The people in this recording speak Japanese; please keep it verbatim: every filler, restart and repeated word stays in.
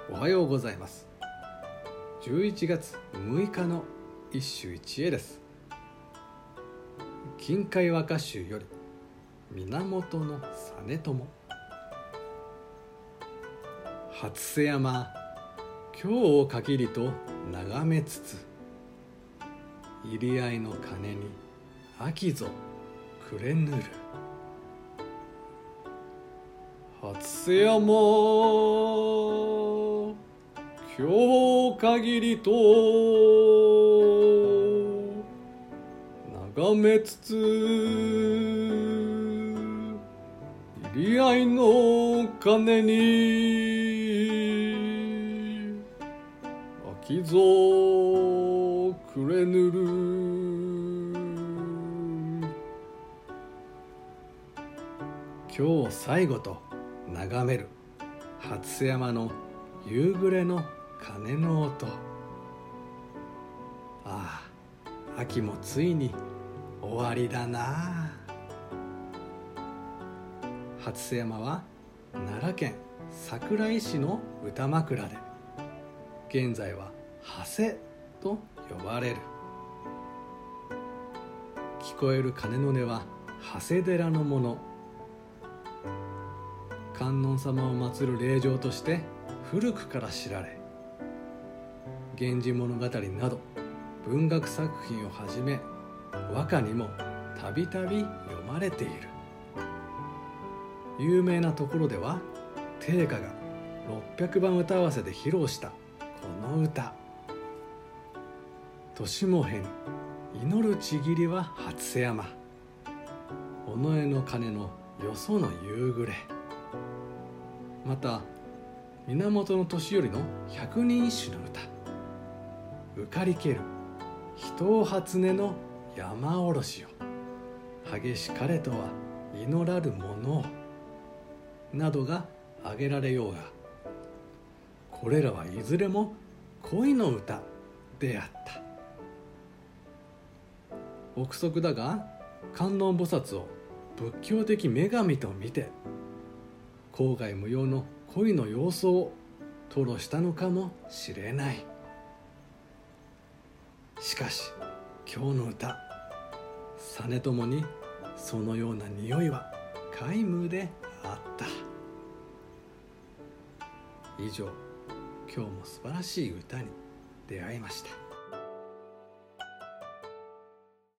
おはようございます。じゅういちがつむいかの一首一会です。金海和歌集より源実朝。初瀬山今日を限りと眺めつつ、入り合いの鐘に秋ぞくれぬる。初瀬山今日限りと眺めつつ、入り合いの鐘に秋ぞくれぬる。今日最後と眺める初瀬山の夕暮れの鐘の音。ああ、秋もついに終わりだな。初瀬山は奈良県桜井市の歌枕で、現在は長谷と呼ばれる。聞こえる鐘の音は長谷寺のもの。観音様を祀る霊場として古くから知られ、源氏物語など文学作品をはじめ和歌にもたびたび読まれている。有名なところでは定家がろっぴゃくばん歌合わせで披露したこの歌。年もへん祈るちぎりは初瀬山、尾上の鐘のよその夕暮れ。また源義頼の百人一首の歌、浮かりける人を初音の山おろしよ、激しかれとは祈らるものをなどが挙げられようが、これらはいずれも恋の歌であった。憶測だが、観音菩薩を仏教的女神と見て郊外無用の恋の様相を吐露したのかもしれない。しかし今日の歌、実朝にそのような匂いは皆無であった。以上、今日も素晴らしい歌に出会いました。